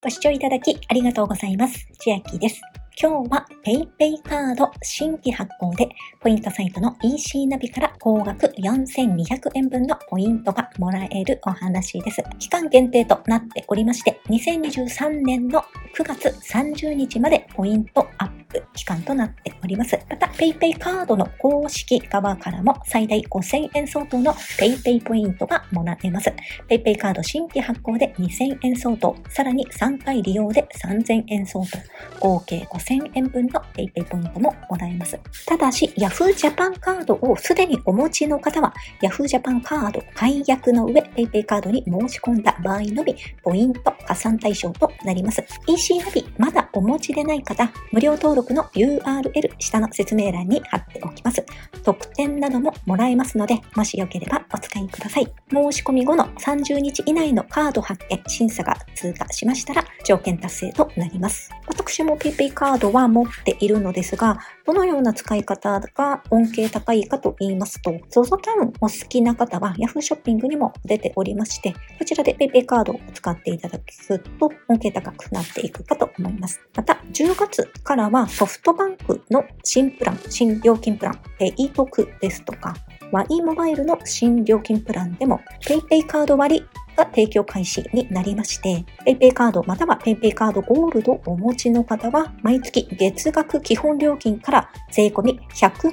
ご視聴いただきありがとうございます。千秋です。今日は PayPay カード新規発行でポイントサイトの EC ナビから高額4200円分のポイントがもらえるお話です。期間限定となっておりまして、2023年の9月30日までポイントアップ期間となっております。また PayPay カードの公式側からも最大5000円相当の PayPay ポイントがもらえます。PayPay カード新規発行で2000円相当、さらに3回利用で3000円相当、合計5000円分の PayPay ポイントももらえます。ただし Yahoo! ジャパンカードをすでにお持ちの方は Yahoo! ジャパンカード解約の上 PayPay カードに申し込んだ場合のみポイント加算対象となります。EC ナビまだお持ちでない方、無料登録の URL 下の説明欄に貼っておきます。特典などももらえますので、もしよければお使いください。申し込み後の30日以内のカード発見、審査が通過しましたら条件達成となります。私も PayPay カードは持っているのですが、どのような使い方が恩恵高いかと言いますと、ZOZO タウンお好きな方は Yahoo! ショッピングにも出ておりまして、こちらで PayPay カードを使っていただくと恩恵高くなっていくかと思います。また10月からはソフトバンクの新プラン、新料金プラン、e 得ですとか、Y モバイルの新料金プランでも PayPay カード割が提供開始になりまして、PayPay カードまたは PayPay カードゴールドをお持ちの方は毎月月額基本料金から税込み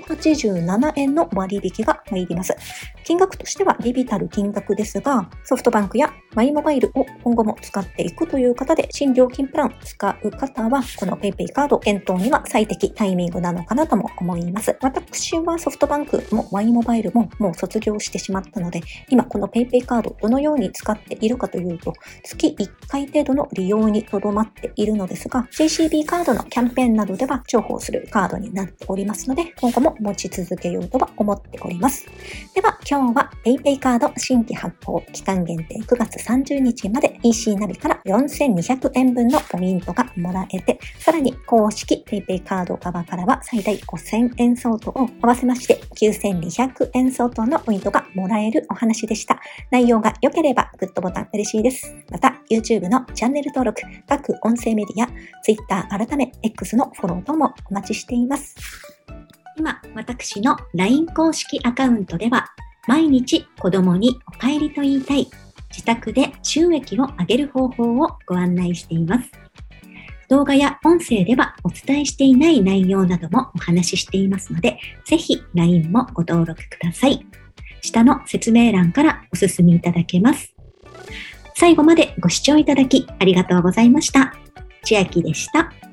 187円の割引が入ります。金額としては微々たる金額ですが、ソフトバンクや Y モバイルを今後も使っていくという方で、新料金プラン使う方はこの PayPay カード検討には最適タイミングなのかなとも思います。私はソフトバンクも Y モバイルももう卒業してしまったので、今この PayPay カードどのように使っているかというと、月1回程度の利用にとどまっているのですが、JCB カードのキャンペーンなどでは重宝するカードになっておりますので、今後も持ち続けようとは思っております。では今日は PayPay カード新規発行期間限定9月30日まで EC ナビから4200円分のポイントがもらえて、さらに公式 PayPay カード側からは最大5000円相当を合わせまして9200円相当のポイントがもらえるお話でした。内容が良ければグッドボタン嬉しいです。また YouTube のチャンネル登録、各音声メディア、Twitter 改め X のフォロー等もお待ちしています。今、私の LINE 公式アカウントでは毎日子供にお帰りと言いたい、自宅で収益を上げる方法をご案内しています。動画や音声ではお伝えしていない内容などもお話ししていますので、ぜひ LINE もご登録ください。下の説明欄からお進みいただけます。最後までご視聴いただきありがとうございました。千秋でした。